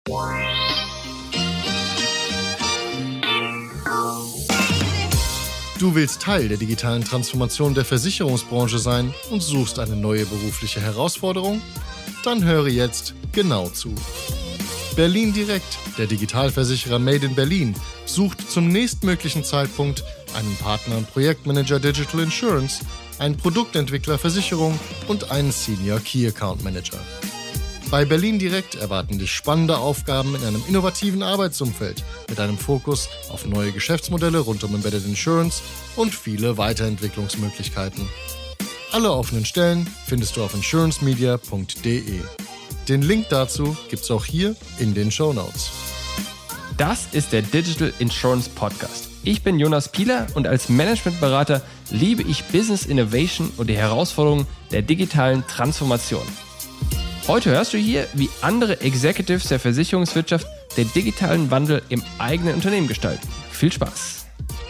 Du willst Teil der digitalen Transformation der Versicherungsbranche sein und suchst eine neue berufliche Herausforderung? Dann höre jetzt genau zu. Berlin Direkt, der Digitalversicherer Made in Berlin, sucht zum nächstmöglichen Zeitpunkt einen Partner und Projektmanager Digital Insurance, einen Produktentwickler Versicherung und einen Senior Key Account Manager. Bei Berlin Direkt erwarten dich spannende Aufgaben in einem innovativen Arbeitsumfeld mit einem Fokus auf neue Geschäftsmodelle rund um Embedded Insurance und viele Weiterentwicklungsmöglichkeiten. Alle offenen Stellen findest du auf insurancemedia.de. Den Link dazu gibt's auch hier in den Shownotes. Das ist der Digital Insurance Podcast. Ich bin Jonas Pieler und als Managementberater liebe ich Business Innovation und die Herausforderungen der digitalen Transformation. Heute hörst du hier, wie andere Executives der Versicherungswirtschaft den digitalen Wandel im eigenen Unternehmen gestalten. Viel Spaß!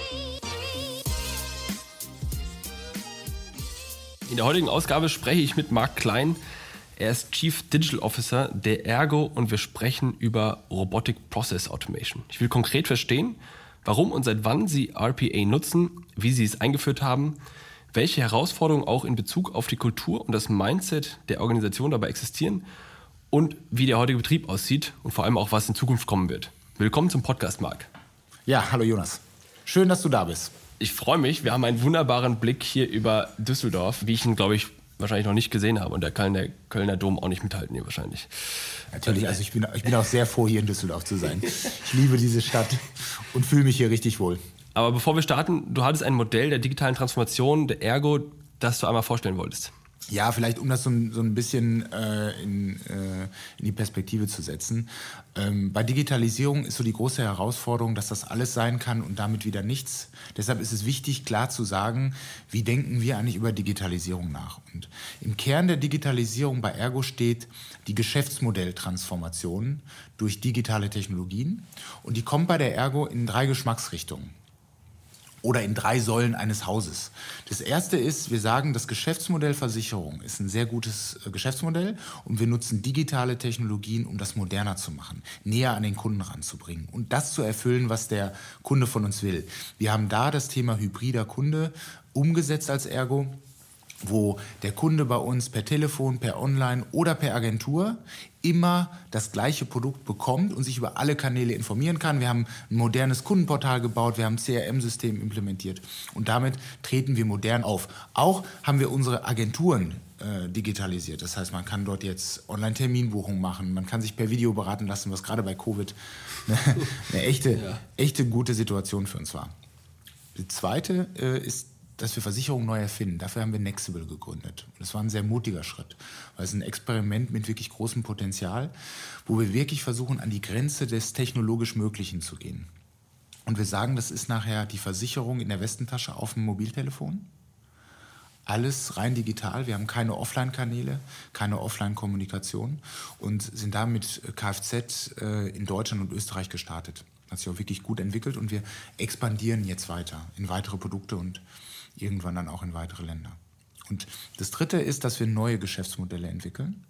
In der heutigen Ausgabe spreche ich mit Marc Klein. Er ist Chief Digital Officer der ERGO und wir sprechen über Robotic Process Automation. Ich will konkret verstehen, warum und seit wann Sie RPA nutzen, wie Sie es eingeführt haben, welche Herausforderungen auch in Bezug auf die Kultur und das Mindset der Organisation dabei existieren und wie der heutige Betrieb aussieht und vor allem auch, was in Zukunft kommen wird. Willkommen zum Podcast, Marc. Ja, hallo Jonas. Schön, dass du da bist. Ich freue mich. Wir haben einen wunderbaren Blick hier über Düsseldorf, wie ich ihn, glaube ich, wahrscheinlich noch nicht gesehen habe und der Kölner Dom auch nicht mithalten hier wahrscheinlich. Natürlich, also ich bin auch sehr froh, hier in Düsseldorf zu sein. Ich liebe diese Stadt und fühle mich hier richtig wohl. Aber bevor wir starten, du hattest ein Modell der digitalen Transformation, der ERGO, das du einmal vorstellen wolltest. Ja, vielleicht um das so ein bisschen in die Perspektive zu setzen. Bei Digitalisierung ist so die große Herausforderung, dass das alles sein kann und damit wieder nichts. Deshalb ist es wichtig, klar zu sagen, wie denken wir eigentlich über Digitalisierung nach. Und im Kern der Digitalisierung bei ERGO steht die Geschäftsmodelltransformation durch digitale Technologien. Und die kommt bei der ERGO in 3 Geschmacksrichtungen. Oder in 3 Säulen eines Hauses. Das erste ist, wir sagen, das Geschäftsmodell Versicherung ist ein sehr gutes Geschäftsmodell und wir nutzen digitale Technologien, um das moderner zu machen, näher an den Kunden ranzubringen und das zu erfüllen, was der Kunde von uns will. Wir haben da das Thema hybrider Kunde umgesetzt als ERGO, wo der Kunde bei uns per Telefon, per Online oder per Agentur immer das gleiche Produkt bekommt und sich über alle Kanäle informieren kann. Wir haben ein modernes Kundenportal gebaut, wir haben ein CRM-System implementiert und damit treten wir modern auf. Auch haben wir unsere Agenturen digitalisiert. Das heißt, man kann dort jetzt Online-Terminbuchung machen, man kann sich per Video beraten lassen, was gerade bei Covid eine echte gute Situation für uns war. Die zweite ist, dass wir Versicherungen neu erfinden. Dafür haben wir Nexible gegründet. Das war ein sehr mutiger Schritt, weil es ein Experiment mit wirklich großem Potenzial, wo wir wirklich versuchen, an die Grenze des technologisch Möglichen zu gehen. Und wir sagen, das ist nachher die Versicherung in der Westentasche auf dem Mobiltelefon. Alles rein digital. Wir haben keine Offline-Kanäle, keine Offline-Kommunikation und sind da mit Kfz in Deutschland und Österreich gestartet. Das hat sich auch wirklich gut entwickelt und wir expandieren jetzt weiter in weitere Produkte und irgendwann dann auch in weitere Länder. Und das Dritte ist, dass wir neue Geschäftsmodelle entwickeln.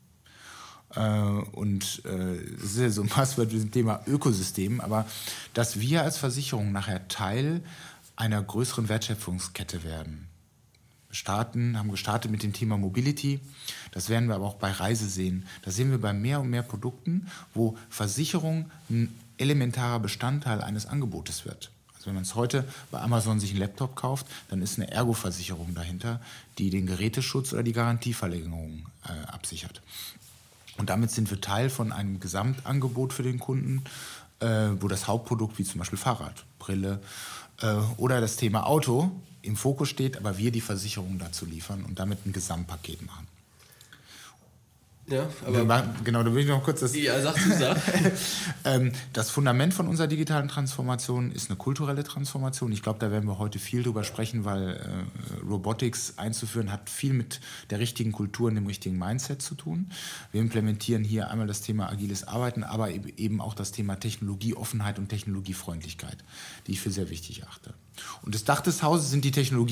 Das ist ja so ein Passwort mit dem Thema Ökosystem, aber dass wir als Versicherung nachher Teil einer größeren Wertschöpfungskette werden. Haben gestartet mit dem Thema Mobility, das werden wir aber auch bei Reise sehen. Da sehen wir bei mehr und mehr Produkten, wo Versicherung ein elementarer Bestandteil eines Angebotes wird. Also wenn man es heute bei Amazon sich einen Laptop kauft, dann ist eine Ergo-Versicherung dahinter, die den Geräteschutz oder die Garantieverlängerung absichert. Und damit sind wir Teil von einem Gesamtangebot für den Kunden, wo das Hauptprodukt wie zum Beispiel Fahrrad, Brille oder das Thema Auto im Fokus steht, aber wir die Versicherung dazu liefern und damit ein Gesamtpaket machen. Ja, aber genau, da will ich noch kurz das... Ja, sag. Das Fundament von unserer digitalen Transformation ist eine kulturelle Transformation. Ich glaube, da werden wir heute viel drüber sprechen, weil Robotics einzuführen hat viel mit der richtigen Kultur und dem richtigen Mindset zu tun. Wir implementieren hier einmal das Thema agiles Arbeiten, aber eben auch das Thema Technologieoffenheit und Technologiefreundlichkeit, die ich für sehr wichtig achte. Und das Dach des Hauses sind die Technologien.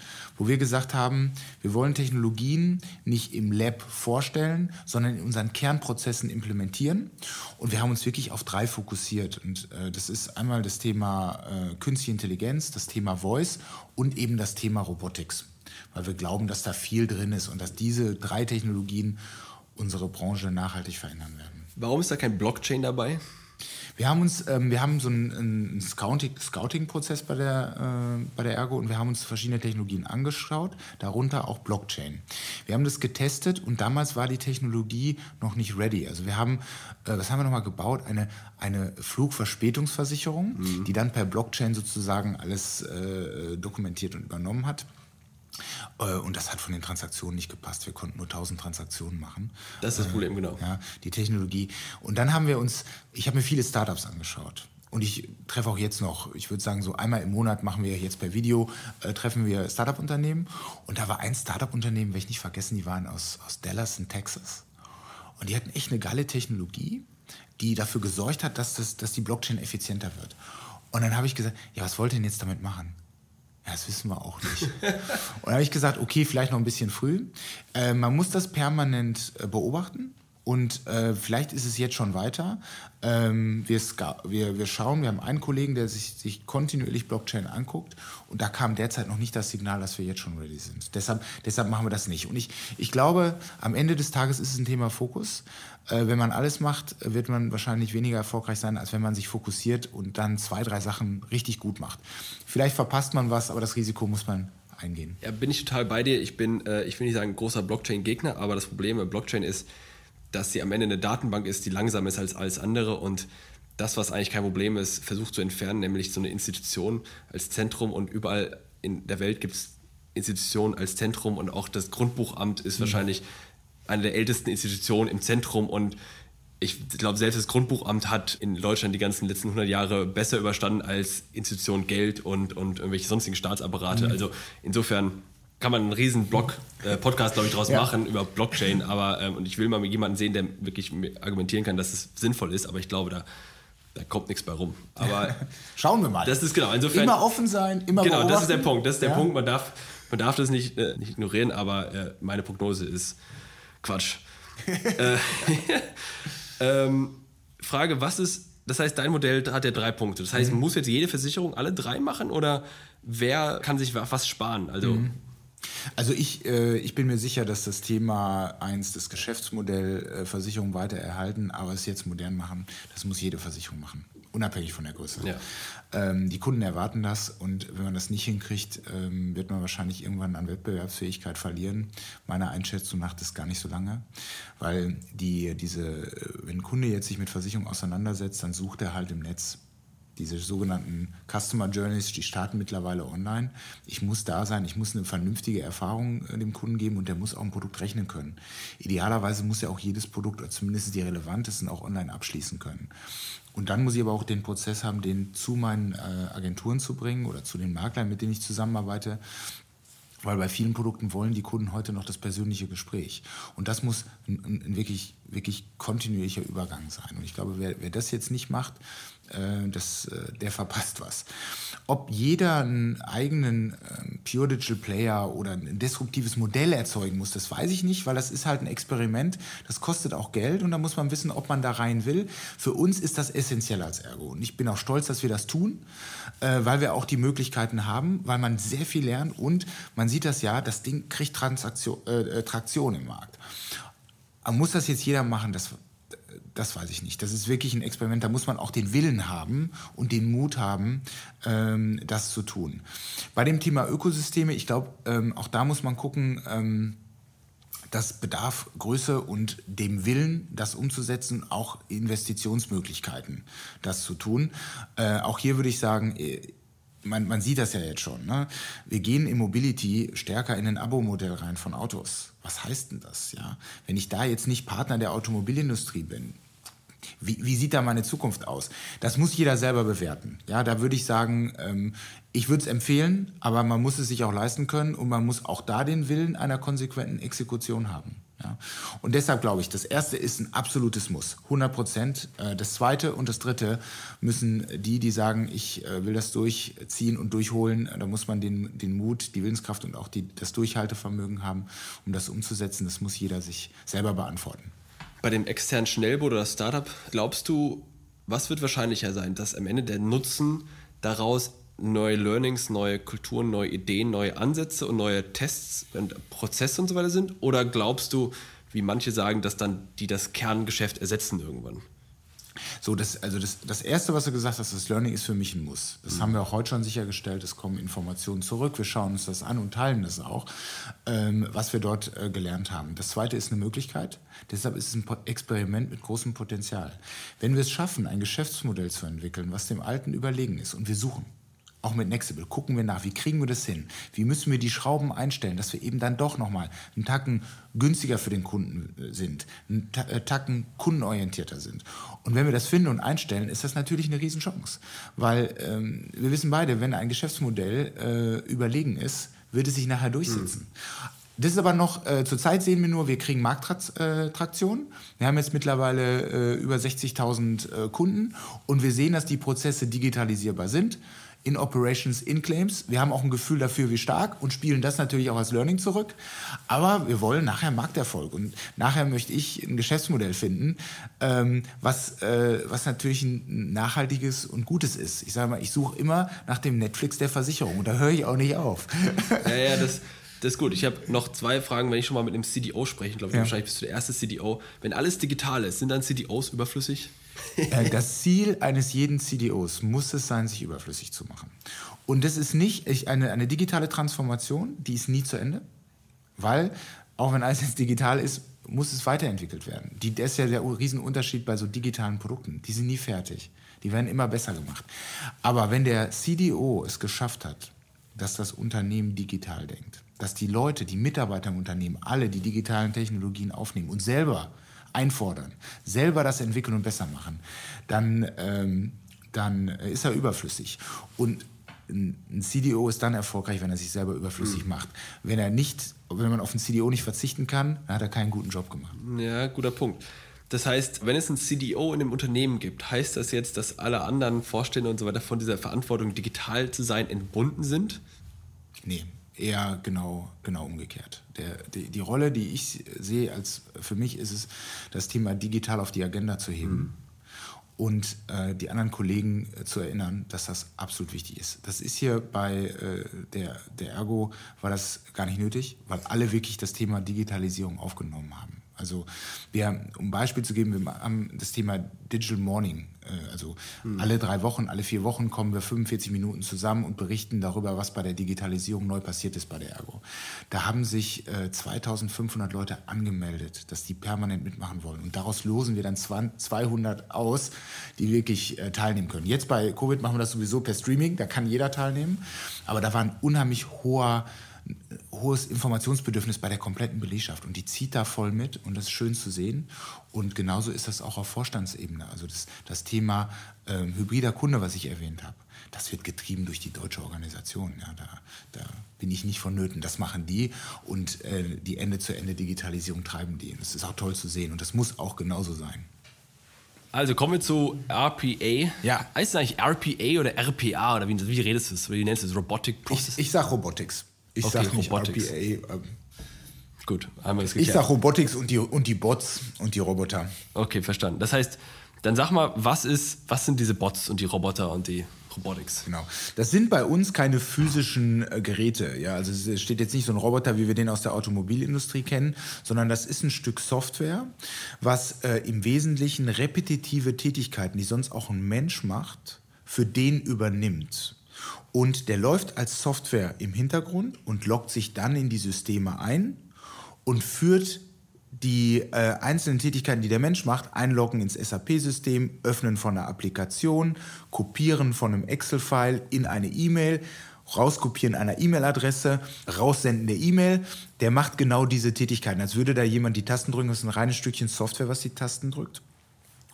wo wir gesagt haben, wir wollen Technologien nicht im Lab vorstellen, sondern in unseren Kernprozessen implementieren. Und wir haben uns wirklich auf 3 fokussiert. Und das ist einmal das Thema Künstliche Intelligenz, das Thema Voice und eben das Thema Robotics. Weil wir glauben, dass da viel drin ist und dass diese 3 Technologien unsere Branche nachhaltig verändern werden. Warum ist da kein Blockchain dabei? Wir haben so einen Scouting-Prozess bei der Ergo und wir haben uns verschiedene Technologien angeschaut, darunter auch Blockchain. Wir haben das getestet und damals war die Technologie noch nicht ready. Also wir haben, was haben wir nochmal gebaut? Eine Flugverspätungsversicherung, die dann per Blockchain sozusagen alles dokumentiert und übernommen hat. Und das hat von den Transaktionen nicht gepasst. Wir konnten nur 1000 Transaktionen machen. Das ist das Problem, genau. Ja, die Technologie. Und dann ich habe mir viele Startups angeschaut. Und ich treffe auch jetzt noch, ich würde sagen, so einmal im Monat machen wir jetzt per Video, treffen wir Startup-Unternehmen. Und da war ein Startup-Unternehmen, werde ich nicht vergessen, die waren aus Dallas in Texas. Und die hatten echt eine geile Technologie, die dafür gesorgt hat, dass die Blockchain effizienter wird. Und dann habe ich gesagt, ja, was wollt ihr denn jetzt damit machen? Ja, das wissen wir auch nicht. Und dann habe ich gesagt, okay, vielleicht noch ein bisschen früh. Man muss das permanent beobachten und vielleicht ist es jetzt schon weiter. Wir schauen, wir haben einen Kollegen, der sich kontinuierlich Blockchain anguckt und da kam derzeit noch nicht das Signal, dass wir jetzt schon ready sind. Deshalb machen wir das nicht. Und ich glaube, am Ende des Tages ist es ein Thema Fokus. Wenn man alles macht, wird man wahrscheinlich weniger erfolgreich sein, als wenn man sich fokussiert und dann 2, 3 Sachen richtig gut macht. Vielleicht verpasst man was, aber das Risiko muss man eingehen. Ja, bin ich total bei dir. Ich will nicht sagen, großer Blockchain-Gegner, aber das Problem bei Blockchain ist, dass sie am Ende eine Datenbank ist, die langsamer ist als alles andere und das, was eigentlich kein Problem ist, versucht zu entfernen, nämlich so eine Institution als Zentrum und überall in der Welt gibt es Institutionen als Zentrum und auch das Grundbuchamt ist wahrscheinlich eine der ältesten Institutionen im Zentrum und ich glaube, selbst das Grundbuchamt hat in Deutschland die ganzen letzten 100 Jahre besser überstanden als Institution Geld und irgendwelche sonstigen Staatsapparate. Also insofern kann man einen riesen Podcast, glaube ich, draus machen über Blockchain, aber und ich will mal mit jemandem sehen, der wirklich argumentieren kann, dass es sinnvoll ist, aber ich glaube, da kommt nichts bei rum. Aber schauen wir mal. Das ist genau, insofern immer offen sein, immer genau, beobachten. Das ist der Punkt. Das ist der Punkt. Man darf das nicht ignorieren, aber meine Prognose ist Quatsch. Frage, das heißt, dein Modell hat ja 3 Punkte. Das heißt, muss jetzt jede Versicherung alle 3 machen oder wer kann sich was sparen? Also ich bin mir sicher, dass das Thema 1, das Geschäftsmodell Versicherung weiter erhalten, aber es jetzt modern machen, das muss jede Versicherung machen, unabhängig von der Größe. Ja. Die Kunden erwarten das und wenn man das nicht hinkriegt, wird man wahrscheinlich irgendwann an Wettbewerbsfähigkeit verlieren. Meiner Einschätzung nach das gar nicht so lange, weil wenn ein Kunde jetzt sich mit Versicherung auseinandersetzt, dann sucht er halt im Netz. Diese sogenannten Customer Journeys, die starten mittlerweile online. Ich muss da sein, ich muss eine vernünftige Erfahrung dem Kunden geben und der muss auch ein Produkt rechnen können. Idealerweise muss er auch jedes Produkt, oder zumindest die relevantesten, auch online abschließen können. Und dann muss ich aber auch den Prozess haben, den zu meinen Agenturen zu bringen oder zu den Maklern, mit denen ich zusammenarbeite. Weil bei vielen Produkten wollen die Kunden heute noch das persönliche Gespräch. Und das muss ein wirklich, wirklich kontinuierlicher Übergang sein. Und ich glaube, wer das jetzt nicht macht, der verpasst was. Ob jeder einen eigenen Pure Digital Player oder ein disruptives Modell erzeugen muss, das weiß ich nicht, weil das ist halt ein Experiment. Das kostet auch Geld und da muss man wissen, ob man da rein will. Für uns ist das essentiell als Ergo. Und ich bin auch stolz, dass wir das tun, weil wir auch die Möglichkeiten haben, weil man sehr viel lernt und man sieht das ja, das Ding kriegt Traktion im Markt. Aber muss das jetzt jeder machen? Das weiß ich nicht. Das ist wirklich ein Experiment. Da muss man auch den Willen haben und den Mut haben, das zu tun. Bei dem Thema Ökosysteme, ich glaube, auch da muss man gucken, das bedarf Größe und dem Willen, das umzusetzen, auch Investitionsmöglichkeiten, das zu tun. Auch hier würde ich sagen, man sieht das ja jetzt schon. Ne? Wir gehen in Mobility stärker in ein Abo-Modell rein von Autos. Was heißt denn das? Ja? Wenn ich da jetzt nicht Partner der Automobilindustrie bin, Wie sieht da meine Zukunft aus? Das muss jeder selber bewerten. Ja, da würde ich sagen, ich würde es empfehlen, aber man muss es sich auch leisten können und man muss auch da den Willen einer konsequenten Exekution haben. Ja. Und deshalb glaube ich, das Erste ist ein absolutes Muss, 100%. Das Zweite und das Dritte müssen die sagen, ich will das durchziehen und durchholen, da muss man den Mut, die Willenskraft und auch das Durchhaltevermögen haben, um das umzusetzen. Das muss jeder sich selber beantworten. Bei dem externen Schnellboot oder Startup, glaubst du, was wird wahrscheinlicher sein, dass am Ende der Nutzen daraus neue Learnings, neue Kulturen, neue Ideen, neue Ansätze und neue Tests und Prozesse und so weiter sind? Oder glaubst du, wie manche sagen, dass dann die das Kerngeschäft ersetzen irgendwann? So, das Erste, was du gesagt hast, das Learning ist für mich ein Muss. Das haben wir auch heute schon sichergestellt. Es kommen Informationen zurück. Wir schauen uns das an und teilen das auch, was wir dort gelernt haben. Das Zweite ist eine Möglichkeit. Deshalb ist es ein Experiment mit großem Potenzial. Wenn wir es schaffen, ein Geschäftsmodell zu entwickeln, was dem Alten überlegen ist, und wir suchen, auch mit Nexible, gucken wir nach, wie kriegen wir das hin? Wie müssen wir die Schrauben einstellen, dass wir eben dann doch nochmal einen Tacken günstiger für den Kunden sind, einen Tacken kundenorientierter sind. Und wenn wir das finden und einstellen, ist das natürlich eine Riesenchance. Weil wir wissen beide, wenn ein Geschäftsmodell überlegen ist, wird es sich nachher durchsetzen. Das ist aber noch, zurzeit sehen wir nur, wir kriegen Markttraktion. Wir haben jetzt mittlerweile über 60.000 Kunden und wir sehen, dass die Prozesse digitalisierbar sind. In Operations, in Claims. Wir haben auch ein Gefühl dafür, wie stark und spielen das natürlich auch als Learning zurück. Aber wir wollen nachher Markterfolg und nachher möchte ich ein Geschäftsmodell finden, was natürlich ein nachhaltiges und gutes ist. Ich sage mal, ich suche immer nach dem Netflix der Versicherung und da höre ich auch nicht auf. Ja, das ist gut. Ich habe noch 2 Fragen, wenn ich schon mal mit einem CDO spreche. Ich glaube, wahrscheinlich bist du der erste CDO. Wenn alles digital ist, sind dann CDOs überflüssig? Das Ziel eines jeden CDOs muss es sein, sich überflüssig zu machen. Und das ist nicht eine digitale Transformation, die ist nie zu Ende, weil auch wenn alles jetzt digital ist, muss es weiterentwickelt werden. Das ist ja der Riesenunterschied bei so digitalen Produkten. Die sind nie fertig. Die werden immer besser gemacht. Aber wenn der CDO es geschafft hat, dass das Unternehmen digital denkt, dass die Leute, die Mitarbeiter im Unternehmen, alle die digitalen Technologien aufnehmen und selber einfordern, selber das entwickeln und besser machen, dann ist er überflüssig. Und ein CDO ist dann erfolgreich, wenn er sich selber überflüssig macht. Wenn man auf einen CDO nicht verzichten kann, dann hat er keinen guten Job gemacht. Ja, guter Punkt. Das heißt, wenn es einen CDO in einem Unternehmen gibt, heißt das jetzt, dass alle anderen Vorstände und so weiter von dieser Verantwortung, digital zu sein, entbunden sind? Nee. Eher genau umgekehrt. Die Rolle, die ich sehe, für mich ist es, das Thema digital auf die Agenda zu heben und die anderen Kollegen zu erinnern, dass das absolut wichtig ist. Das ist hier bei der Ergo, war das gar nicht nötig, weil alle wirklich das Thema Digitalisierung aufgenommen haben. Also um ein Beispiel zu geben, wir haben das Thema Digital Morning. Also alle 3 Wochen, alle 4 Wochen kommen wir 45 Minuten zusammen und berichten darüber, was bei der Digitalisierung neu passiert ist bei der Ergo. Da haben sich 2500 Leute angemeldet, dass die permanent mitmachen wollen. Und daraus losen wir dann 200 aus, die wirklich teilnehmen können. Jetzt bei Covid machen wir das sowieso per Streaming, da kann jeder teilnehmen. Aber da war ein unheimlich hohes Informationsbedürfnis bei der kompletten Belegschaft und die zieht da voll mit und das ist schön zu sehen und genauso ist das auch auf Vorstandsebene, also das Thema hybrider Kunde, was ich erwähnt habe, das wird getrieben durch die deutsche Organisation, ja, da bin ich nicht vonnöten, das machen die und die Ende-zu-Ende-Digitalisierung treiben die, das ist auch toll zu sehen und das muss auch genauso sein. Also kommen wir zu RPA. Ja. Heißt es eigentlich RPA oder RPA oder wie redest du es? Wie nennst du es? Robotic Process? Ich sag Robotics. Ich sag nicht Robotics. RPA. Gut, haben wir das geklärt. Ich sag Robotics und die Bots und die Roboter. Okay, verstanden. Das heißt, dann sag mal, was sind diese Bots und die Roboter und die Robotics? Genau. Das sind bei uns keine physischen Geräte. Ja? Also es steht jetzt nicht so ein Roboter, wie wir den aus der Automobilindustrie kennen, sondern das ist ein Stück Software, was im Wesentlichen repetitive Tätigkeiten, die sonst auch ein Mensch macht, für den übernimmt. Und der läuft als Software im Hintergrund und loggt sich dann in die Systeme ein und führt die einzelnen Tätigkeiten, die der Mensch macht, einloggen ins SAP-System, öffnen von einer Applikation, kopieren von einem Excel-File in eine E-Mail, rauskopieren einer E-Mail-Adresse, raussenden der E-Mail, der macht genau diese Tätigkeiten. Als würde da jemand die Tasten drücken, das ist ein reines Stückchen Software, was die Tasten drückt.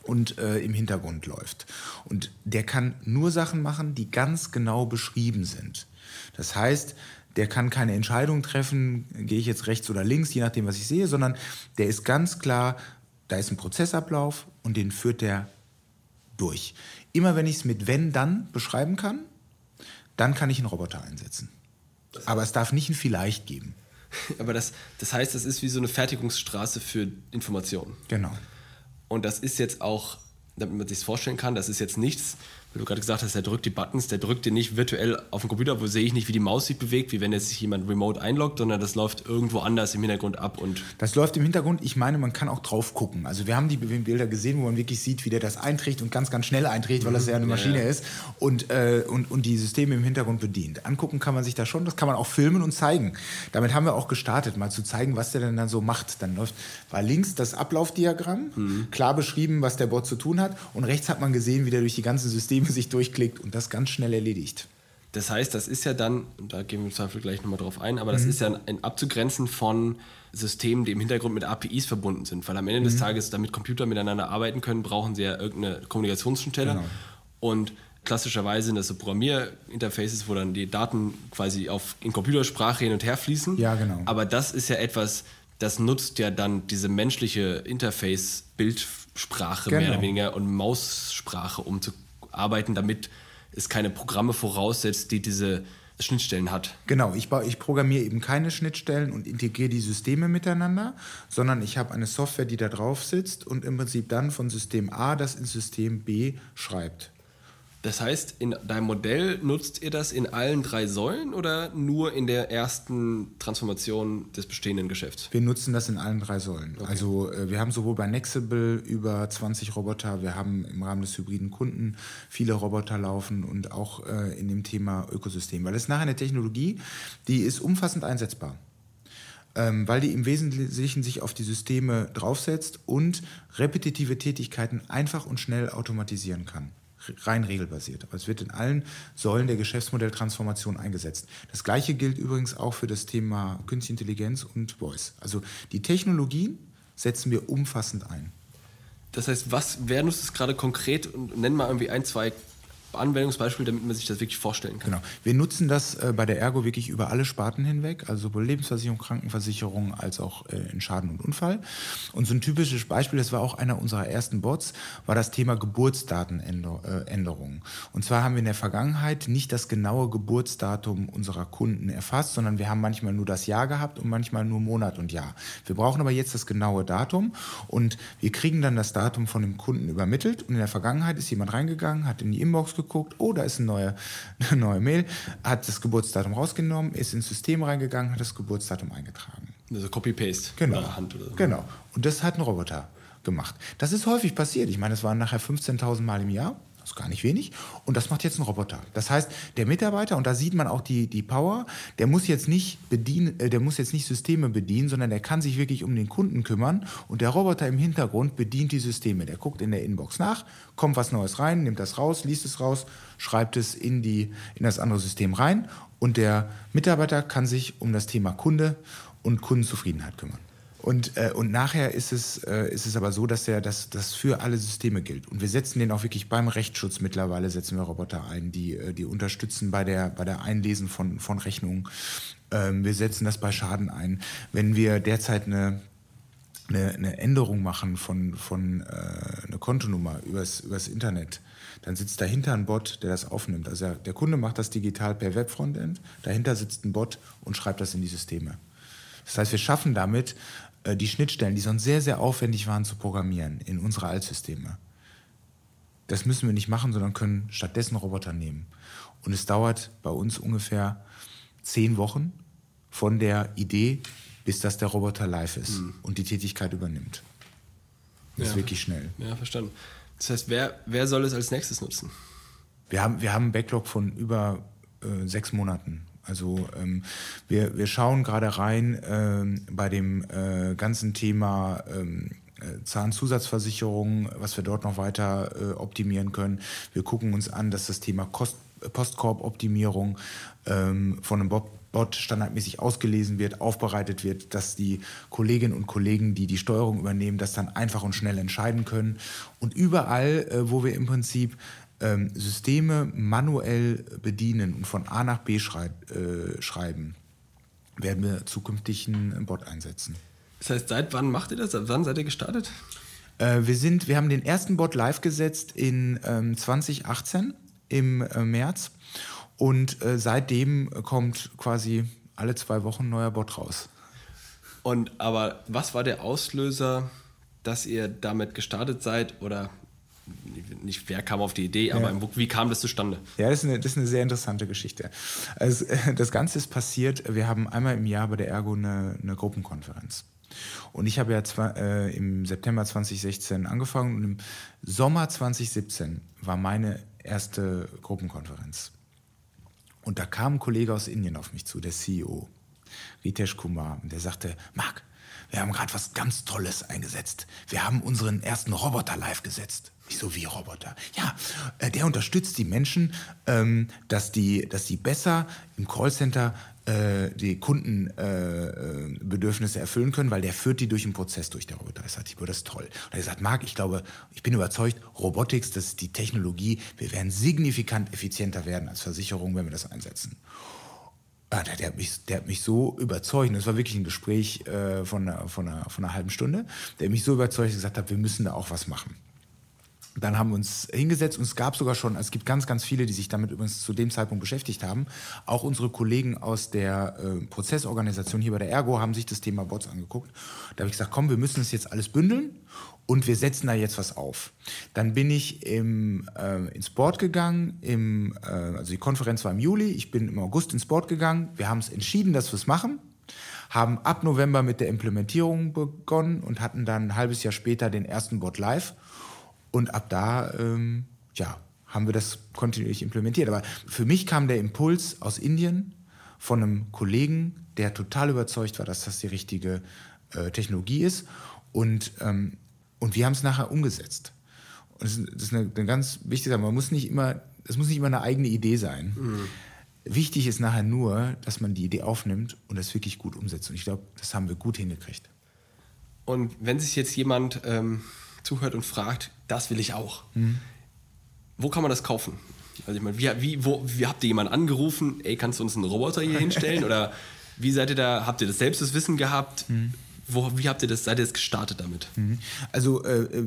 und im Hintergrund läuft. Und der kann nur Sachen machen, die ganz genau beschrieben sind. Das heißt, der kann keine Entscheidung treffen, gehe ich jetzt rechts oder links, je nachdem, was ich sehe, sondern der ist ganz klar, da ist ein Prozessablauf und den führt der durch. Immer wenn ich es mit wenn, dann beschreiben kann, dann kann ich einen Roboter einsetzen. Aber es darf nicht ein Vielleicht geben. Aber das heißt, das ist wie so eine Fertigungsstraße für Informationen. Genau. Und das ist jetzt auch, damit man sich das vorstellen kann, das ist jetzt nichts, weil du gerade gesagt hast, der drückt die Buttons, der drückt die nicht virtuell auf dem Computer, wo sehe ich nicht, wie die Maus sich bewegt, wie wenn jetzt sich jemand remote einloggt, sondern das läuft irgendwo anders im Hintergrund ab. Und das läuft im Hintergrund, ich meine, man kann auch drauf gucken. Also wir haben die Bilder gesehen, wo man wirklich sieht, wie der das einträgt und ganz, ganz schnell einträgt, weil das ja eine Maschine ist und die Systeme im Hintergrund bedient. Angucken kann man sich da schon, das kann man auch filmen und zeigen. Damit haben wir auch gestartet, mal zu zeigen, was der denn dann so macht. Dann war links das Ablaufdiagramm, klar beschrieben, was der Bot zu tun hat, und rechts hat man gesehen, wie der durch die ganzen Systeme sich durchklickt und das ganz schnell erledigt. Das heißt, das ist ja dann, und da gehen wir im Zweifel gleich nochmal drauf ein, aber das ist ja ein abzugrenzen von Systemen, die im Hintergrund mit APIs verbunden sind. Weil am Ende des Tages, damit Computer miteinander arbeiten können, brauchen sie ja irgendeine Kommunikationsschnittstelle. Genau. Und klassischerweise sind das so Programmierinterfaces, wo dann die Daten quasi in Computersprache hin und her fließen. Ja, genau. Aber das ist ja etwas, das nutzt ja dann diese menschliche Interface-Bildsprache mehr oder weniger und Maussprache, um zu arbeiten, damit es keine Programme voraussetzt, die diese Schnittstellen hat. Genau, ich programmiere eben keine Schnittstellen und integriere die Systeme miteinander, sondern ich habe eine Software, die da drauf sitzt und im Prinzip dann von System A das ins System B schreibt. Das heißt, in deinem Modell nutzt ihr das in allen 3 Säulen oder nur in der ersten Transformation des bestehenden Geschäfts? Wir nutzen das in allen 3 Säulen. Okay. Also wir haben sowohl bei Nexable über 20 Roboter, wir haben im Rahmen des hybriden Kunden viele Roboter laufen und auch in dem Thema Ökosystem. Weil es ist nachher eine Technologie, die ist umfassend einsetzbar. Weil die im Wesentlichen sich auf die Systeme draufsetzt und repetitive Tätigkeiten einfach und schnell automatisieren kann. Rein regelbasiert. Aber es wird in allen Säulen der Geschäftsmodelltransformation eingesetzt. Das Gleiche gilt übrigens auch für das Thema Künstliche Intelligenz und Voice. Also die Technologien setzen wir umfassend ein. Das heißt, wer nutzt es gerade konkret und nenn mal irgendwie 1, 2 Anwendungsbeispiele, damit man sich das wirklich vorstellen kann. Genau. Wir nutzen das bei der Ergo wirklich über alle Sparten hinweg, also sowohl Lebensversicherung, Krankenversicherung als auch in Schaden und Unfall. Und so ein typisches Beispiel, das war auch einer unserer ersten Bots, war das Thema Geburtsdatenänderung. Und zwar haben wir in der Vergangenheit nicht das genaue Geburtsdatum unserer Kunden erfasst, sondern wir haben manchmal nur das Jahr gehabt und manchmal nur Monat und Jahr. Wir brauchen aber jetzt das genaue Datum und wir kriegen dann das Datum von dem Kunden übermittelt. Und in der Vergangenheit ist jemand reingegangen, hat in die Inbox geguckt, oh, da ist eine neue Mail, hat das Geburtsdatum rausgenommen, ist ins System reingegangen, hat das Geburtsdatum eingetragen. Also Copy-Paste genau. Oder Hand oder so. Genau. Und das hat ein Roboter gemacht. Das ist häufig passiert. Ich meine, das waren nachher 15.000 Mal im Jahr. Das ist gar nicht wenig. Und das macht jetzt ein Roboter. Das heißt, der Mitarbeiter, und da sieht man auch die Power, der muss jetzt nicht Systeme bedienen, sondern der kann sich wirklich um den Kunden kümmern. Und der Roboter im Hintergrund bedient die Systeme. Der guckt in der Inbox nach, kommt was Neues rein, nimmt das raus, liest es raus, schreibt es in das andere System rein. Und der Mitarbeiter kann sich um das Thema Kunde und Kundenzufriedenheit kümmern. Und nachher ist es aber so, dass das für alle Systeme gilt. Und wir setzen den auch wirklich beim Rechtsschutz mittlerweile, setzen wir Roboter ein, die unterstützen bei der Einlesen von Rechnungen. Wir setzen das bei Schaden ein. Wenn wir derzeit eine Änderung machen von einer Kontonummer übers Internet, dann sitzt dahinter ein Bot, der das aufnimmt. Also der Kunde macht das digital per Webfrontend, dahinter sitzt ein Bot und schreibt das in die Systeme. Das heißt, wir schaffen damit, die Schnittstellen, die sonst sehr, sehr aufwendig waren zu programmieren, in unsere Altsysteme. Das müssen wir nicht machen, sondern können stattdessen Roboter nehmen. Und es dauert bei uns ungefähr 10 Wochen von der Idee, bis dass der Roboter live ist und die Tätigkeit übernimmt. Das ist wirklich schnell. Ja, verstanden. Das heißt, wer soll es als nächstes nutzen? Wir haben einen Backlog von über 6 Monaten. Also wir schauen gerade rein bei dem ganzen Thema Zahnzusatzversicherung, was wir dort noch weiter optimieren können. Wir gucken uns an, dass das Thema Postkorb-Optimierung von einem Bot Bot standardmäßig ausgelesen wird, aufbereitet wird, dass die Kolleginnen und Kollegen, die die Steuerung übernehmen, das dann einfach und schnell entscheiden können. Und überall, wo wir im Prinzip Systeme manuell bedienen und von A nach B schreiben, werden wir zukünftig einen Bot einsetzen. Das heißt, seit wann macht ihr das? Seit wann seid ihr gestartet? Wir haben den ersten Bot live gesetzt in 2018 im März und seitdem kommt quasi alle 2 Wochen ein neuer Bot raus. Aber was war der Auslöser, dass ihr damit gestartet seid oder nicht, wer kam auf die Idee, aber wie kam das zustande? Ja, das ist eine sehr interessante Geschichte. Also, das Ganze ist passiert, wir haben einmal im Jahr bei der Ergo eine Gruppenkonferenz. Und ich habe ja im September 2016 angefangen und im Sommer 2017 war meine erste Gruppenkonferenz. Und da kam ein Kollege aus Indien auf mich zu, der CEO, Ritesh Kumar, und der sagte, Marc, wir haben gerade was ganz Tolles eingesetzt. Wir haben unseren ersten Roboter live gesetzt. Ich so, wie Roboter? Ja, der unterstützt die Menschen, dass die besser im Callcenter die Kundenbedürfnisse erfüllen können, weil der führt die durch den Prozess durch, der Roboter. Das ist toll. Und er sagt, Marc, ich bin überzeugt, Robotics, das ist die Technologie, wir werden signifikant effizienter werden als Versicherung, wenn wir das einsetzen. Der hat mich so überzeugt, das war wirklich ein Gespräch von einer halben Stunde, der mich so überzeugt, dass ich gesagt habe, wir müssen da auch was machen. Dann haben wir uns hingesetzt und es gibt ganz, ganz viele, die sich damit übrigens zu dem Zeitpunkt beschäftigt haben. Auch unsere Kollegen aus der Prozessorganisation hier bei der Ergo haben sich das Thema Bots angeguckt. Da habe ich gesagt, komm, wir müssen das jetzt alles bündeln und wir setzen da jetzt was auf. Dann bin ich ins Board gegangen, also die Konferenz war im Juli, ich bin im August ins Board gegangen. Wir haben es entschieden, dass wir es machen, haben ab November mit der Implementierung begonnen und hatten dann ein halbes Jahr später den ersten Bot live. Und ab da haben wir das kontinuierlich implementiert. Aber für mich kam der Impuls aus Indien von einem Kollegen, der total überzeugt war, dass das die richtige Technologie ist. Und wir haben es nachher umgesetzt. Und das ist eine ganz wichtige Sache. Es muss nicht immer eine eigene Idee sein. Mhm. Wichtig ist nachher nur, dass man die Idee aufnimmt und das wirklich gut umsetzt. Und ich glaube, das haben wir gut hingekriegt. Und wenn sich jetzt jemand zuhört und fragt, das will ich auch. Mhm. Wo kann man das kaufen? Also ich meine, wie habt ihr jemanden angerufen? Ey, kannst du uns einen Roboter hier hinstellen? Oder wie seid ihr da? Habt ihr das selbst das Wissen gehabt? Mhm. Wie habt ihr das? Seid ihr jetzt gestartet damit? Mhm. Also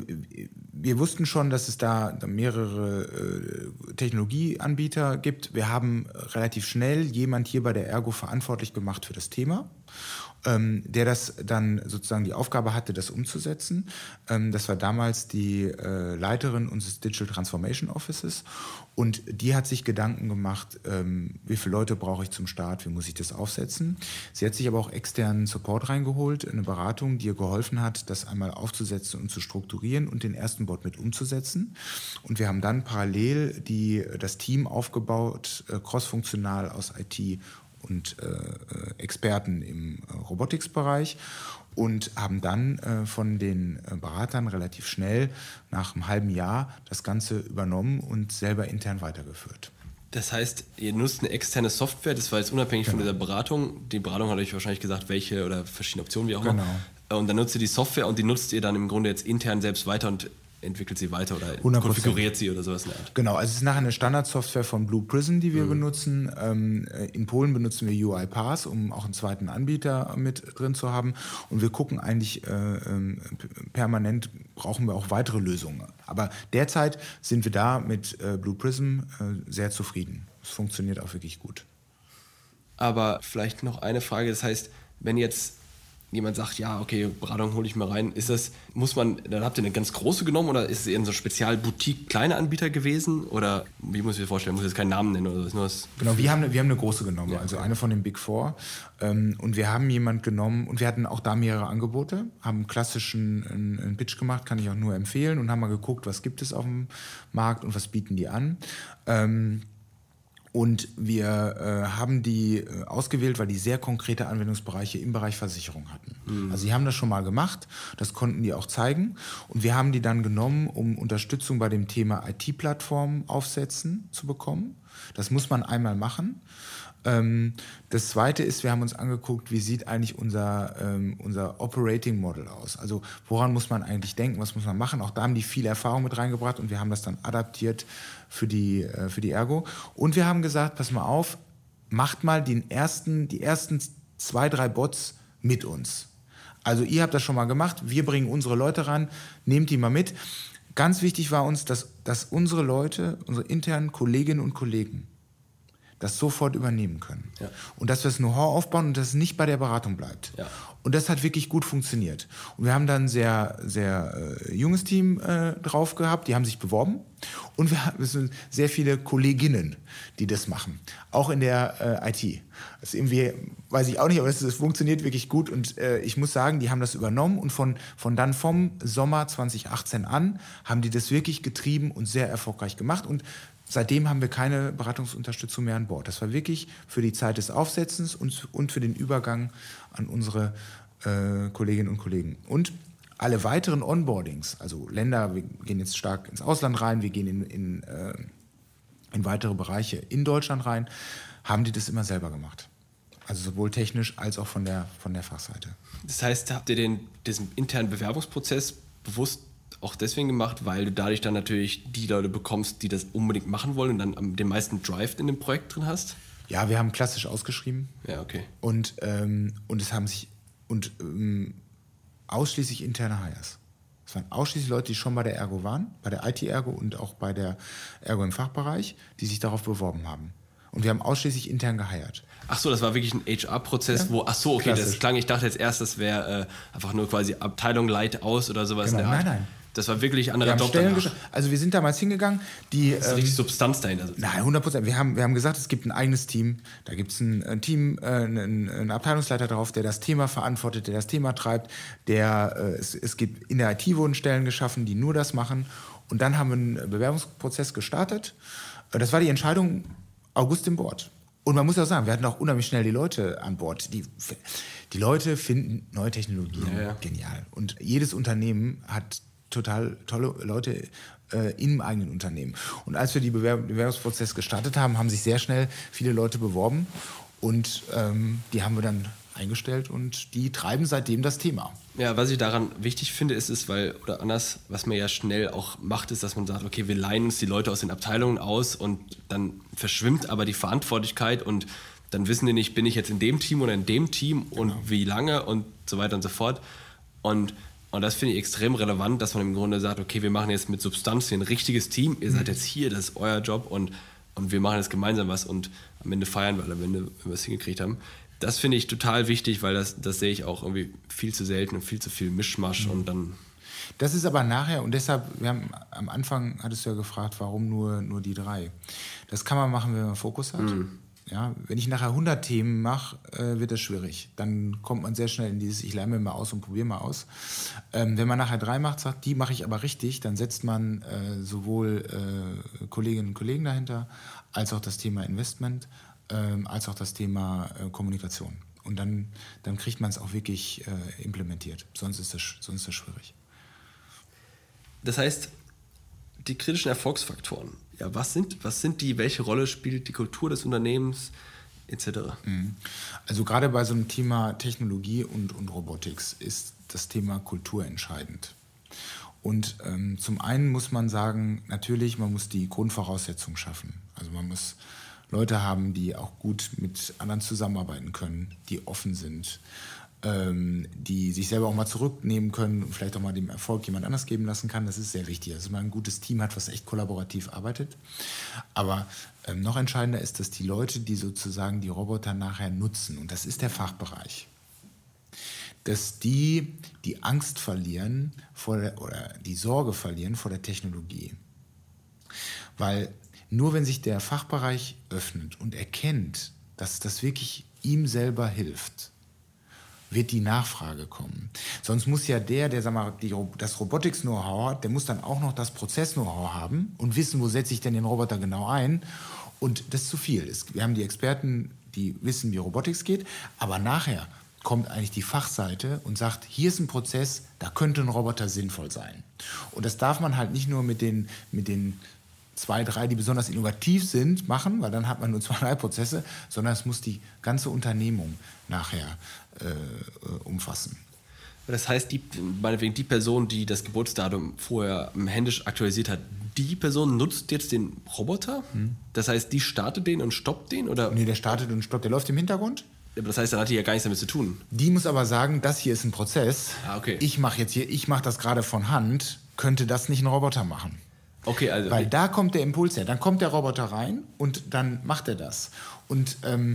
wir wussten schon, dass es da mehrere Technologieanbieter gibt. Wir haben relativ schnell jemand hier bei der Ergo verantwortlich gemacht für das Thema, der das dann sozusagen die Aufgabe hatte, das umzusetzen. Das war damals die Leiterin unseres Digital Transformation Offices und die hat sich Gedanken gemacht, wie viele Leute brauche ich zum Start, wie muss ich das aufsetzen. Sie hat sich aber auch externen Support reingeholt, eine Beratung, die ihr geholfen hat, das einmal aufzusetzen und zu strukturieren und den ersten Bot mit umzusetzen. Und wir haben dann parallel das Team aufgebaut, crossfunktional aus IT und Experten im Robotics-Bereich und haben dann von den Beratern relativ schnell nach einem halben Jahr das Ganze übernommen und selber intern weitergeführt. Das heißt, ihr nutzt eine externe Software, das war jetzt unabhängig von dieser Beratung. Die Beratung hat euch wahrscheinlich gesagt, welche oder verschiedene Optionen, wie auch immer. Und dann nutzt ihr die Software und die nutzt ihr dann im Grunde jetzt intern selbst weiter und entwickelt sie weiter oder 100%. Konfiguriert sie oder sowas in der Art. Genau, also es ist nachher eine Standardsoftware von Blue Prism, die wir benutzen. In Polen benutzen wir UiPath, um auch einen zweiten Anbieter mit drin zu haben. Und wir gucken eigentlich permanent, brauchen wir auch weitere Lösungen. Aber derzeit sind wir da mit Blue Prism sehr zufrieden. Es funktioniert auch wirklich gut. Aber vielleicht noch eine Frage, das heißt, wenn jetzt jemand sagt, ja, okay, Beratung hole ich mal rein, dann habt ihr eine ganz große genommen oder ist es eher so ein Spezial-Boutique kleiner Anbieter gewesen oder wie muss ich mir vorstellen, muss ich jetzt keinen Namen nennen oder was? Genau, wir haben eine große genommen, also eine von den Big Four und wir haben jemanden genommen und wir hatten auch da mehrere Angebote, haben einen klassischen einen Pitch gemacht, kann ich auch nur empfehlen und haben mal geguckt, was gibt es auf dem Markt und was bieten die an. Und wir haben die ausgewählt, weil die sehr konkrete Anwendungsbereiche im Bereich Versicherung hatten. Mhm. Also sie haben das schon mal gemacht, das konnten die auch zeigen. Und wir haben die dann genommen, um Unterstützung bei dem Thema IT-Plattform aufsetzen zu bekommen. Das muss man einmal machen. Das Zweite ist, wir haben uns angeguckt, wie sieht eigentlich unser Operating Model aus? Also woran muss man eigentlich denken, was muss man machen? Auch da haben die viel Erfahrung mit reingebracht und wir haben das dann adaptiert für die Ergo. Und wir haben gesagt, pass mal auf, macht mal die ersten 2, 3 Bots mit uns. Also ihr habt das schon mal gemacht, wir bringen unsere Leute ran, nehmt die mal mit. Ganz wichtig war uns, dass unsere Leute, unsere internen Kolleginnen und Kollegen, das sofort übernehmen können. Ja. Und dass wir das Know-how aufbauen und dass es nicht bei der Beratung bleibt. Ja. Und das hat wirklich gut funktioniert. Und wir haben dann ein sehr, sehr junges Team drauf gehabt, die haben sich beworben. Und es sind sehr viele Kolleginnen, die das machen. Auch in der IT. Das ist irgendwie, weiß ich auch nicht, aber das funktioniert wirklich gut. Und ich muss sagen, die haben das übernommen und vom Sommer 2018 an haben die das wirklich getrieben und sehr erfolgreich gemacht. Und seitdem haben wir keine Beratungsunterstützung mehr an Bord. Das war wirklich für die Zeit des Aufsetzens und für den Übergang an unsere Kolleginnen und Kollegen. Und alle weiteren Onboardings, also Länder, wir gehen jetzt stark ins Ausland rein, wir gehen in weitere Bereiche in Deutschland rein, haben die das immer selber gemacht. Also sowohl technisch als auch von der Fachseite. Das heißt, habt ihr diesen internen Bewerbungsprozess bewusst auch deswegen gemacht, weil du dadurch dann natürlich die Leute bekommst, die das unbedingt machen wollen und dann den meisten Drive in dem Projekt drin hast? Ja, wir haben klassisch ausgeschrieben. Ja, okay. Und es haben sich ausschließlich interne Hires. Es waren ausschließlich Leute, die schon bei der Ergo waren, bei der IT-Ergo und auch bei der Ergo im Fachbereich, die sich darauf beworben haben. Und wir haben ausschließlich intern geheiert. Ach so, das war wirklich ein HR-Prozess, ja, okay, klassisch. Das klang, ich dachte jetzt erst, das wäre einfach nur quasi Abteilung Leit aus oder sowas. Genau. Nein. Das war wirklich ein anderer Job. Also wir sind damals hingegangen. Das ist richtig Substanz dahinter. Nein, 100%. Wir haben gesagt, es gibt ein eigenes Team. Da gibt es ein Team, einen Abteilungsleiter drauf, der das Thema verantwortet, der das Thema treibt. Es gibt in der IT wurden Stellen geschaffen, die nur das machen. Und dann haben wir einen Bewerbungsprozess gestartet. Das war die Entscheidung August im Board. Und man muss auch sagen, wir hatten auch unheimlich schnell die Leute an Bord. Die Leute finden neue Technologien genial. Und jedes Unternehmen hat total tolle Leute im eigenen Unternehmen. Und als wir den Bewerbungsprozess gestartet haben, haben sich sehr schnell viele Leute beworben. Und die haben wir dann eingestellt und die treiben seitdem das Thema. Ja, was ich daran wichtig finde, was man ja schnell auch macht, ist, dass man sagt, okay, wir leihen uns die Leute aus den Abteilungen aus und dann verschwimmt aber die Verantwortlichkeit und dann wissen die nicht, bin ich jetzt in dem Team oder in dem Team und wie lange und so weiter und so fort. Und das finde ich extrem relevant, dass man im Grunde sagt, okay, wir machen jetzt mit Substanz hier ein richtiges Team, ihr seid jetzt hier, das ist euer Job und wir machen jetzt gemeinsam was und am Ende feiern wir alle, wenn wir es hingekriegt haben. Das finde ich total wichtig, weil das sehe ich auch irgendwie viel zu selten und viel zu viel Mischmasch und dann... Das ist aber nachher, und deshalb, am Anfang hattest du ja gefragt, warum nur die 3. Das kann man machen, wenn man Fokus hat. Ja, wenn ich nachher 100 Themen mache, wird das schwierig. Dann kommt man sehr schnell in dieses, ich lerne mir mal aus und probiere mal aus. Wenn man nachher 3 macht, sagt, die mache ich aber richtig, dann setzt man sowohl Kolleginnen und Kollegen dahinter, als auch das Thema Investment, als auch das Thema Kommunikation. Und dann kriegt man es auch wirklich implementiert. Sonst ist das schwierig. Das heißt, die kritischen Erfolgsfaktoren, ja, was sind die, welche Rolle spielt die Kultur des Unternehmens etc.? Also gerade bei so einem Thema Technologie und Robotics ist das Thema Kultur entscheidend. Und zum einen muss man sagen, natürlich, man muss die Grundvoraussetzungen schaffen. Also man muss Leute haben, die auch gut mit anderen zusammenarbeiten können, die offen sind, die sich selber auch mal zurücknehmen können und vielleicht auch mal dem Erfolg jemand anders geben lassen kann. Das ist sehr wichtig, dass man ein gutes Team hat, was echt kollaborativ arbeitet. Aber noch entscheidender ist, dass die Leute, die sozusagen die Roboter nachher nutzen, und das ist der Fachbereich, dass die Angst verlieren oder die Sorge verlieren vor der Technologie. Weil nur wenn sich der Fachbereich öffnet und erkennt, dass das wirklich ihm selber hilft, wird die Nachfrage kommen. Sonst muss ja der sag mal, das Robotics-Know-how hat, der muss dann auch noch das Prozess-Know-how haben und wissen, wo setze ich denn den Roboter genau ein. Und das ist zu viel. Wir haben die Experten, die wissen, wie Robotics geht, aber nachher kommt eigentlich die Fachseite und sagt, hier ist ein Prozess, da könnte ein Roboter sinnvoll sein. Und das darf man halt nicht nur mit den 2, 3, die besonders innovativ sind, machen, weil dann hat man nur 2, 3 Prozesse, sondern es muss die ganze Unternehmung nachher umfassen. Das heißt, meinetwegen die Person, die das Geburtsdatum vorher händisch aktualisiert hat, die Person nutzt jetzt den Roboter? Das heißt, die startet den und stoppt den? Oder? Nee, der startet und stoppt, der läuft im Hintergrund. Aber das heißt, dann hat die ja gar nichts damit zu tun. Die muss aber sagen, das hier ist ein Prozess. Okay. Ich mache das gerade von Hand, könnte das nicht ein Roboter machen. Okay, also. Weil da kommt der Impuls her. Dann kommt der Roboter rein und dann macht er das. Und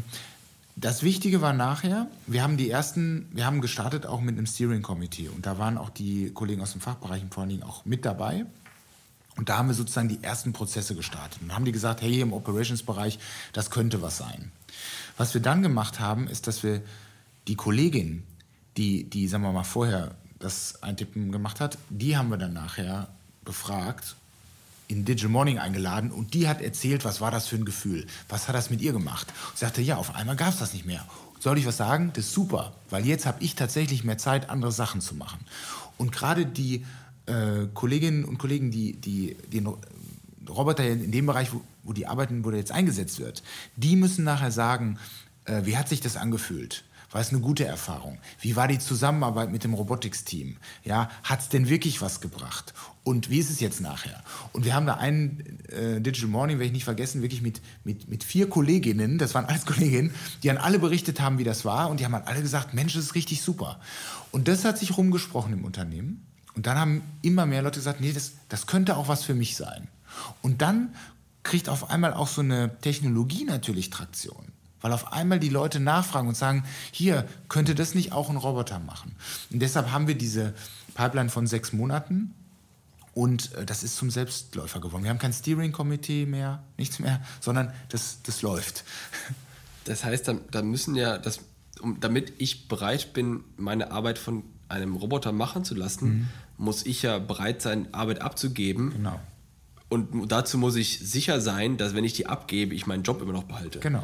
das Wichtige war nachher, wir haben gestartet auch mit einem Steering Committee und da waren auch die Kollegen aus dem Fachbereich vor allen Dingen auch mit dabei. Und da haben wir sozusagen die ersten Prozesse gestartet und haben die gesagt, hey, im Operations-Bereich, das könnte was sein. Was wir dann gemacht haben, ist, dass wir die Kollegin, die sagen wir mal vorher das Eintippen gemacht hat, die haben wir dann nachher befragt, in Digital Morning eingeladen und die hat erzählt, was war das für ein Gefühl, was hat das mit ihr gemacht. Und sagte, ja, auf einmal gab es das nicht mehr. Soll ich was sagen? Das ist super, weil jetzt habe ich tatsächlich mehr Zeit, andere Sachen zu machen. Und gerade die Kolleginnen und Kollegen, die den Roboter in dem Bereich, wo die arbeiten, wo der jetzt eingesetzt wird, die müssen nachher sagen, wie hat sich das angefühlt? War es eine gute Erfahrung? Wie war die Zusammenarbeit mit dem Robotics-Team? Ja, hat es denn wirklich was gebracht? Und wie ist es jetzt nachher? Und wir haben da einen Digital Morning, werde ich nicht vergessen, wirklich mit 4 Kolleginnen, das waren alles Kolleginnen, die an alle berichtet haben, wie das war. Und die haben an alle gesagt, Mensch, das ist richtig super. Und das hat sich rumgesprochen im Unternehmen. Und dann haben immer mehr Leute gesagt, nee, das könnte auch was für mich sein. Und dann kriegt auf einmal auch so eine Technologie natürlich Traktion. Weil auf einmal die Leute nachfragen und sagen, hier, könnte das nicht auch ein Roboter machen? Und deshalb haben wir diese Pipeline von 6 Monaten und das ist zum Selbstläufer geworden. Wir haben kein Steering-Committee mehr, nichts mehr, sondern das läuft. Das heißt, dann müssen ja, damit ich bereit bin, meine Arbeit von einem Roboter machen zu lassen, muss ich ja bereit sein, Arbeit abzugeben. Genau. Und dazu muss ich sicher sein, dass wenn ich die abgebe, ich meinen Job immer noch behalte. Genau.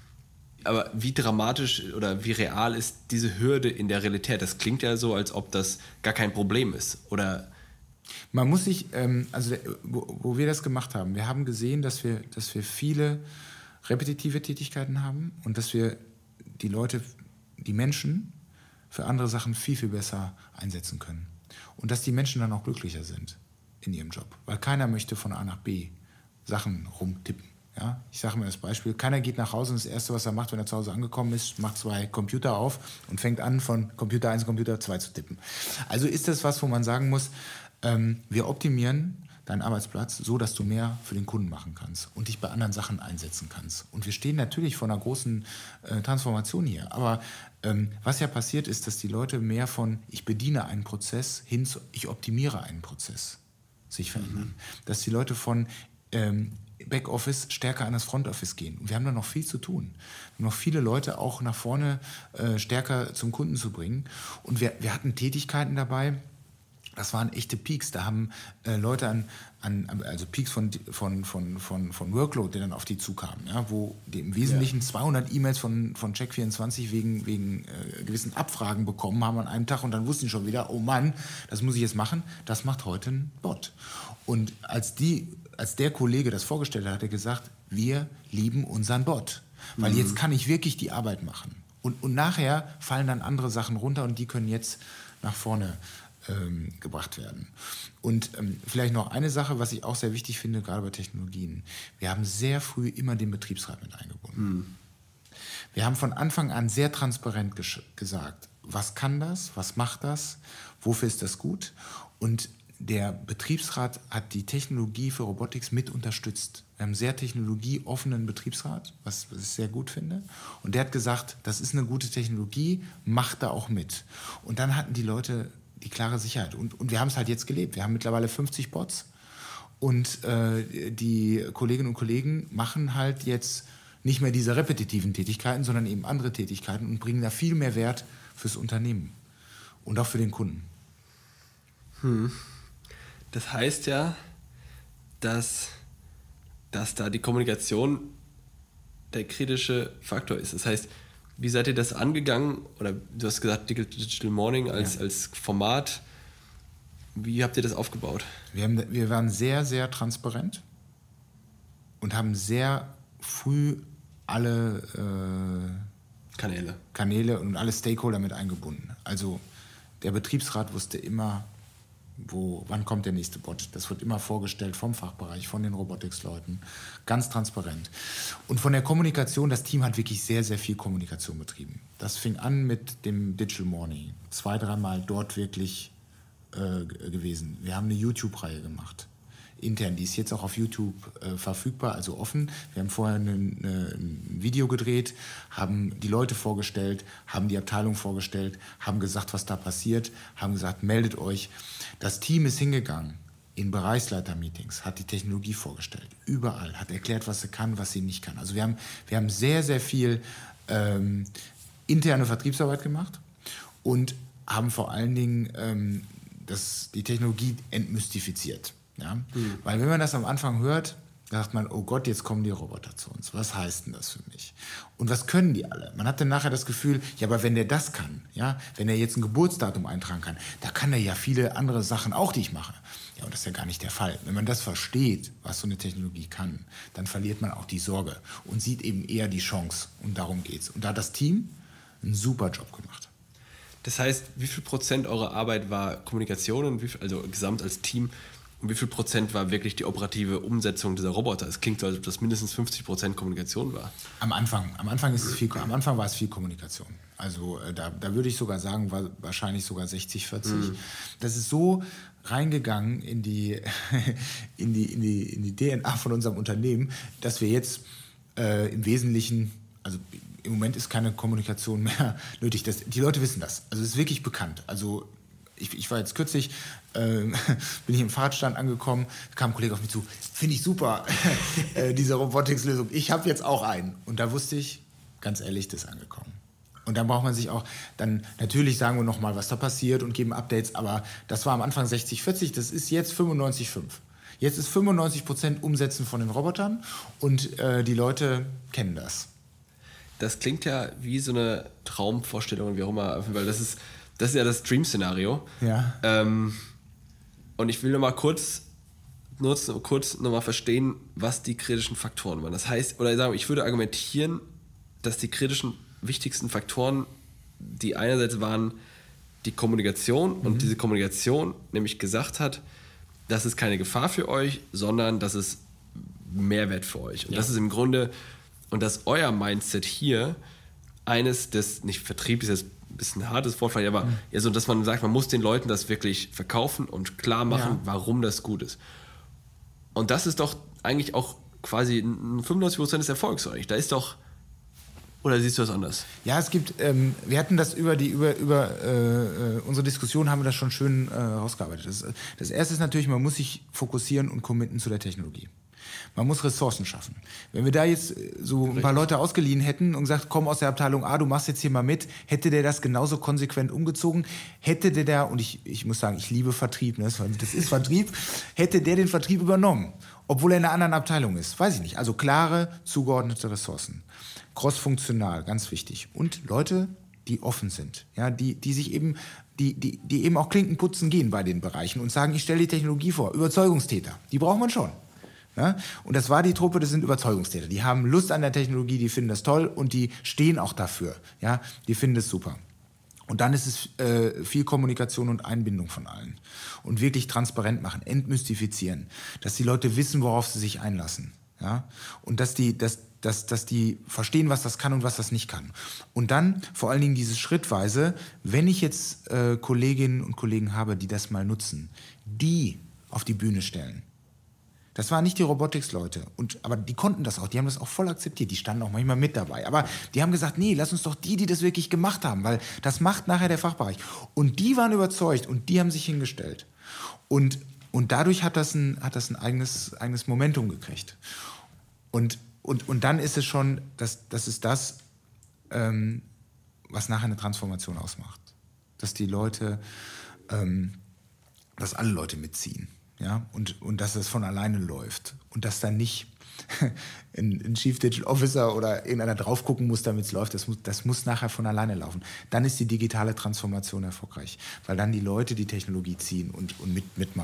Aber wie dramatisch oder wie real ist diese Hürde in der Realität? Das klingt ja so, als ob das gar kein Problem ist. Oder man muss sich, wo wir das gemacht haben, wir haben gesehen, dass wir viele repetitive Tätigkeiten haben und dass wir die Menschen für andere Sachen viel, viel besser einsetzen können. Und dass die Menschen dann auch glücklicher sind in ihrem Job. Weil keiner möchte von A nach B Sachen rumtippen. Ja, ich sage mal das Beispiel, keiner geht nach Hause und das Erste, was er macht, wenn er zu Hause angekommen ist, macht 2 Computer auf und fängt an, von Computer 1 Computer 2 zu tippen. Also ist das was, wo man sagen muss, wir optimieren deinen Arbeitsplatz so, dass du mehr für den Kunden machen kannst und dich bei anderen Sachen einsetzen kannst. Und wir stehen natürlich vor einer großen Transformation hier. Aber was ja passiert ist, dass die Leute mehr von ich bediene einen Prozess hin zu ich optimiere einen Prozess sich verändern. Dass die Leute von Backoffice stärker an das Frontoffice gehen. Und wir haben da noch viel zu tun. Wir haben noch viele Leute auch nach vorne stärker zum Kunden zu bringen. Und wir hatten Tätigkeiten dabei, das waren echte Peaks. Da haben Leute also Peaks von Workload, der dann auf die zukamen, ja, wo die im Wesentlichen 200 E-Mails von Check24 wegen gewissen Abfragen bekommen haben an einem Tag und dann wussten die schon wieder, oh Mann, das muss ich jetzt machen. Das macht heute ein Bot. Und als der Kollege das vorgestellt hat, hat er gesagt, wir lieben unseren Bot. Weil jetzt kann ich wirklich die Arbeit machen. Und nachher fallen dann andere Sachen runter und die können jetzt nach vorne gebracht werden. Und vielleicht noch eine Sache, was ich auch sehr wichtig finde, gerade bei Technologien. Wir haben sehr früh immer den Betriebsrat mit eingebunden. Wir haben von Anfang an sehr transparent gesagt, was kann das, was macht das, wofür ist das gut? Und der Betriebsrat hat die Technologie für Robotics mit unterstützt. Wir haben einen sehr technologieoffenen Betriebsrat, was ich sehr gut finde. Und der hat gesagt, das ist eine gute Technologie, macht da auch mit. Und dann hatten die Leute die klare Sicherheit. Und wir haben es halt jetzt gelebt. Wir haben mittlerweile 50 Bots. Und die Kolleginnen und Kollegen machen halt jetzt nicht mehr diese repetitiven Tätigkeiten, sondern eben andere Tätigkeiten und bringen da viel mehr Wert fürs Unternehmen und auch für den Kunden. Das heißt ja, dass da die Kommunikation der kritische Faktor ist. Das heißt, wie seid ihr das angegangen? Oder du hast gesagt, Digital Morning als und haben sehr früh alle Kanäle und alle Stakeholder mit eingebunden. Also der Betriebsrat wusste immer, wann kommt der nächste Bot. Das wird immer vorgestellt vom Fachbereich, von den Robotics-Leuten, ganz transparent. Und von der Kommunikation, das Team hat wirklich sehr, sehr viel Kommunikation betrieben. Das fing an mit dem Digital Morning, 2-3 Mal dort wirklich gewesen. Wir haben eine YouTube-Reihe gemacht, intern, die ist jetzt auch auf YouTube verfügbar, also offen. Wir haben vorher ein Video gedreht, haben die Leute vorgestellt, haben die Abteilung vorgestellt, haben gesagt, was da passiert, haben gesagt, meldet euch. Das Team ist hingegangen in Bereichsleiter-Meetings, hat die Technologie vorgestellt, überall, hat erklärt, was sie kann, was sie nicht kann. Also wir haben sehr, sehr viel interne Vertriebsarbeit gemacht und haben vor allen Dingen die Technologie entmystifiziert. Ja? Weil wenn man das am Anfang hört, sagt man, oh Gott, jetzt kommen die Roboter zu uns. Was heißt denn das für mich? Und was können die alle? Man hat dann nachher das Gefühl, ja, aber wenn der das kann, ja, wenn er jetzt ein Geburtsdatum eintragen kann, da kann er ja viele andere Sachen auch, die ich mache. Ja, und das ist ja gar nicht der Fall. Wenn man das versteht, was so eine Technologie kann, dann verliert man auch die Sorge und sieht eben eher die Chance. Und darum geht's. Und da hat das Team einen super Job gemacht. Das heißt, wie viel Prozent eurer Arbeit war Kommunikation, und also gesamt als Team, und wie viel Prozent war wirklich die operative Umsetzung dieser Roboter? Es klingt so, als ob das mindestens 50% Kommunikation war. Am Anfang war es viel Kommunikation. Also da würde ich sogar sagen, war wahrscheinlich sogar 60-40. Das ist so reingegangen in die DNA von unserem Unternehmen, dass wir jetzt im Wesentlichen, also im Moment ist keine Kommunikation mehr nötig. Die Leute wissen das. Also es ist wirklich bekannt. Also ich war jetzt kürzlich, bin ich im Fahrradstand angekommen, kam ein Kollege auf mich zu, finde ich super, diese Robotics-Lösung. Ich habe jetzt auch einen. Und da wusste ich, ganz ehrlich, das ist angekommen. Und dann braucht man sich auch, dann natürlich sagen wir nochmal, was da passiert und geben Updates, aber das war am Anfang 60-40, das ist jetzt 95-5. Jetzt ist 95% Umsetzen von den Robotern und die Leute kennen das. Das klingt ja wie so eine Traumvorstellung, wie auch immer, weil das ist ja das Dream-Szenario. Ja. Und ich will kurz nochmal verstehen, was die kritischen Faktoren waren. Das heißt, ich würde argumentieren, dass die kritischen wichtigsten Faktoren, die einerseits waren die Kommunikation und diese Kommunikation nämlich gesagt hat, das ist keine Gefahr für euch, sondern das ist Mehrwert für euch. Und das ist im Grunde, und dass euer Mindset hier eines des, nicht Vertrieb ist jetzt ein bisschen ein hartes Wort, aber ja, so, dass man sagt, man muss den Leuten das wirklich verkaufen und klar machen, warum das gut ist. Und das ist doch eigentlich auch quasi 95% des Erfolgs eigentlich. Da ist doch, oder siehst du das anders? Ja, es gibt, wir hatten das über unsere Diskussion haben wir das schon schön rausgearbeitet. Das erste ist natürlich, man muss sich fokussieren und committen zu der Technologie. Man muss Ressourcen schaffen. Wenn wir da jetzt so ein paar Leute ausgeliehen hätten und gesagt, komm aus der Abteilung A, du machst jetzt hier mal mit, hätte der das genauso konsequent umgezogen, hätte der da, und ich muss sagen, ich liebe Vertrieb, ne, das ist Vertrieb, hätte der den Vertrieb übernommen, obwohl er in einer anderen Abteilung ist, weiß ich nicht. Also klare, zugeordnete Ressourcen. Cross-funktional, ganz wichtig. Und Leute, die offen sind, ja, die sich eben, die eben auch Klinken putzen gehen bei den Bereichen und sagen, ich stelle die Technologie vor. Überzeugungstäter, die braucht man schon. Ja? Und das war die Truppe, das sind Überzeugungstäter. Die haben Lust an der Technologie, die finden das toll und die stehen auch dafür. Ja? Die finden das super. Und dann ist es viel Kommunikation und Einbindung von allen. Und wirklich transparent machen, entmystifizieren. Dass die Leute wissen, worauf sie sich einlassen. Ja? Und dass die verstehen, was das kann und was das nicht kann. Und dann vor allen Dingen dieses schrittweise, wenn ich jetzt Kolleginnen und Kollegen habe, die das mal nutzen, die auf die Bühne stellen. Das waren nicht die Robotics-Leute, aber die konnten das auch, die haben das auch voll akzeptiert, die standen auch manchmal mit dabei. Aber die haben gesagt, nee, lass uns doch die das wirklich gemacht haben, weil das macht nachher der Fachbereich. Und die waren überzeugt und die haben sich hingestellt. Und dadurch hat das ein eigenes Momentum gekriegt. Und dann ist es schon, das ist das, was nachher eine Transformation ausmacht. Dass die Leute, dass alle Leute mitziehen. Ja, und dass das von alleine läuft. Und dass dann nicht ein Chief Digital Officer oder irgendeiner drauf gucken muss, damit es läuft. Das muss nachher von alleine laufen. Dann ist die digitale Transformation erfolgreich. Weil dann die Leute die Technologie ziehen und mitmachen.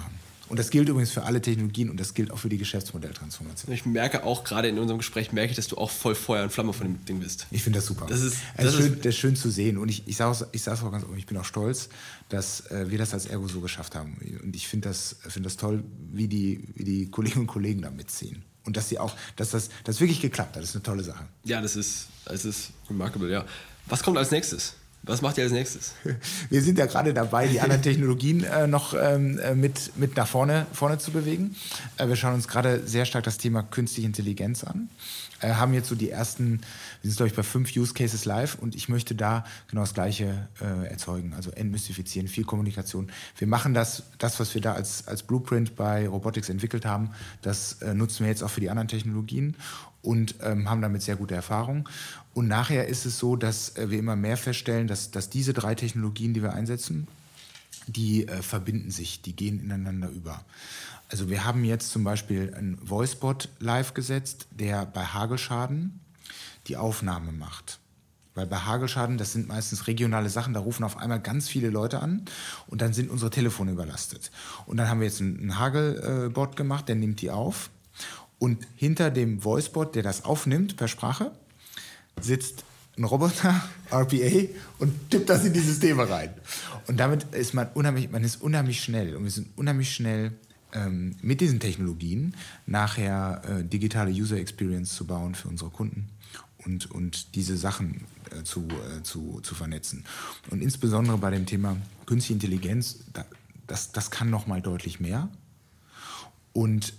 Und das gilt übrigens für alle Technologien und das gilt auch für die Geschäftsmodelltransformation. Ich merke auch gerade in unserem Gespräch, dass du auch voll Feuer und Flamme von dem Ding bist. Ich finde das super. Das ist schön zu sehen. Und ich sage es auch ganz offen, ich bin auch stolz, dass wir das als Ergo so geschafft haben. Und ich finde das toll, wie die Kolleginnen und Kollegen da mitziehen. Und dass das wirklich geklappt hat. Das ist eine tolle Sache. Ja, es ist remarkable, ja. Was kommt als nächstes? Was macht ihr als nächstes? Wir sind ja gerade dabei, die anderen Technologien noch mit nach vorne zu bewegen. Wir schauen uns gerade sehr stark das Thema künstliche Intelligenz an. Haben jetzt so die ersten, wir sind glaube ich bei 5 Use Cases live und ich möchte da genau das Gleiche erzeugen, also entmystifizieren, viel Kommunikation. Wir machen das was wir da als Blueprint bei Robotics entwickelt haben, das nutzen wir jetzt auch für die anderen Technologien und haben damit sehr gute Erfahrungen. Und nachher ist es so, dass wir immer mehr feststellen, dass diese 3 Technologien, die wir einsetzen, die verbinden sich, die gehen ineinander über. Also wir haben jetzt zum Beispiel einen Voicebot live gesetzt, der bei Hagelschaden die Aufnahme macht. Weil bei Hagelschaden, das sind meistens regionale Sachen, da rufen auf einmal ganz viele Leute an und dann sind unsere Telefone überlastet. Und dann haben wir jetzt einen Hagelbot gemacht, der nimmt die auf. Und hinter dem Voicebot, der das aufnimmt per Sprache, sitzt ein Roboter, RPA, und tippt das in die Systeme rein. Und damit ist man ist unheimlich schnell. Und wir sind unheimlich schnell mit diesen Technologien nachher digitale User Experience zu bauen für unsere Kunden und diese Sachen zu vernetzen. Und insbesondere bei dem Thema künstliche Intelligenz, das kann noch mal deutlich mehr. Und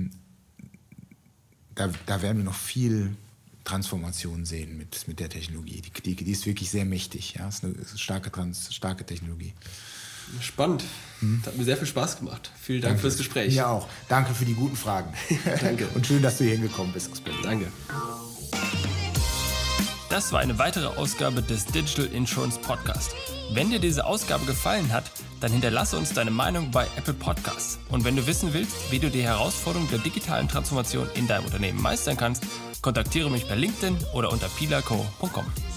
da werden wir noch viel Transformation sehen mit der Technologie. Die ist wirklich sehr mächtig. Ja? Es ist eine starke Technologie. Spannend. Das hat mir sehr viel Spaß gemacht. Vielen Dank fürs Gespräch. Mir auch. Danke für die guten Fragen. Danke. Und schön, dass du hier hingekommen bist. Danke. Das war eine weitere Ausgabe des Digital Insurance Podcast. Wenn dir diese Ausgabe gefallen hat, dann hinterlasse uns deine Meinung bei Apple Podcasts. Und wenn du wissen willst, wie du die Herausforderung der digitalen Transformation in deinem Unternehmen meistern kannst, kontaktiere mich per LinkedIn oder unter pilaco.com.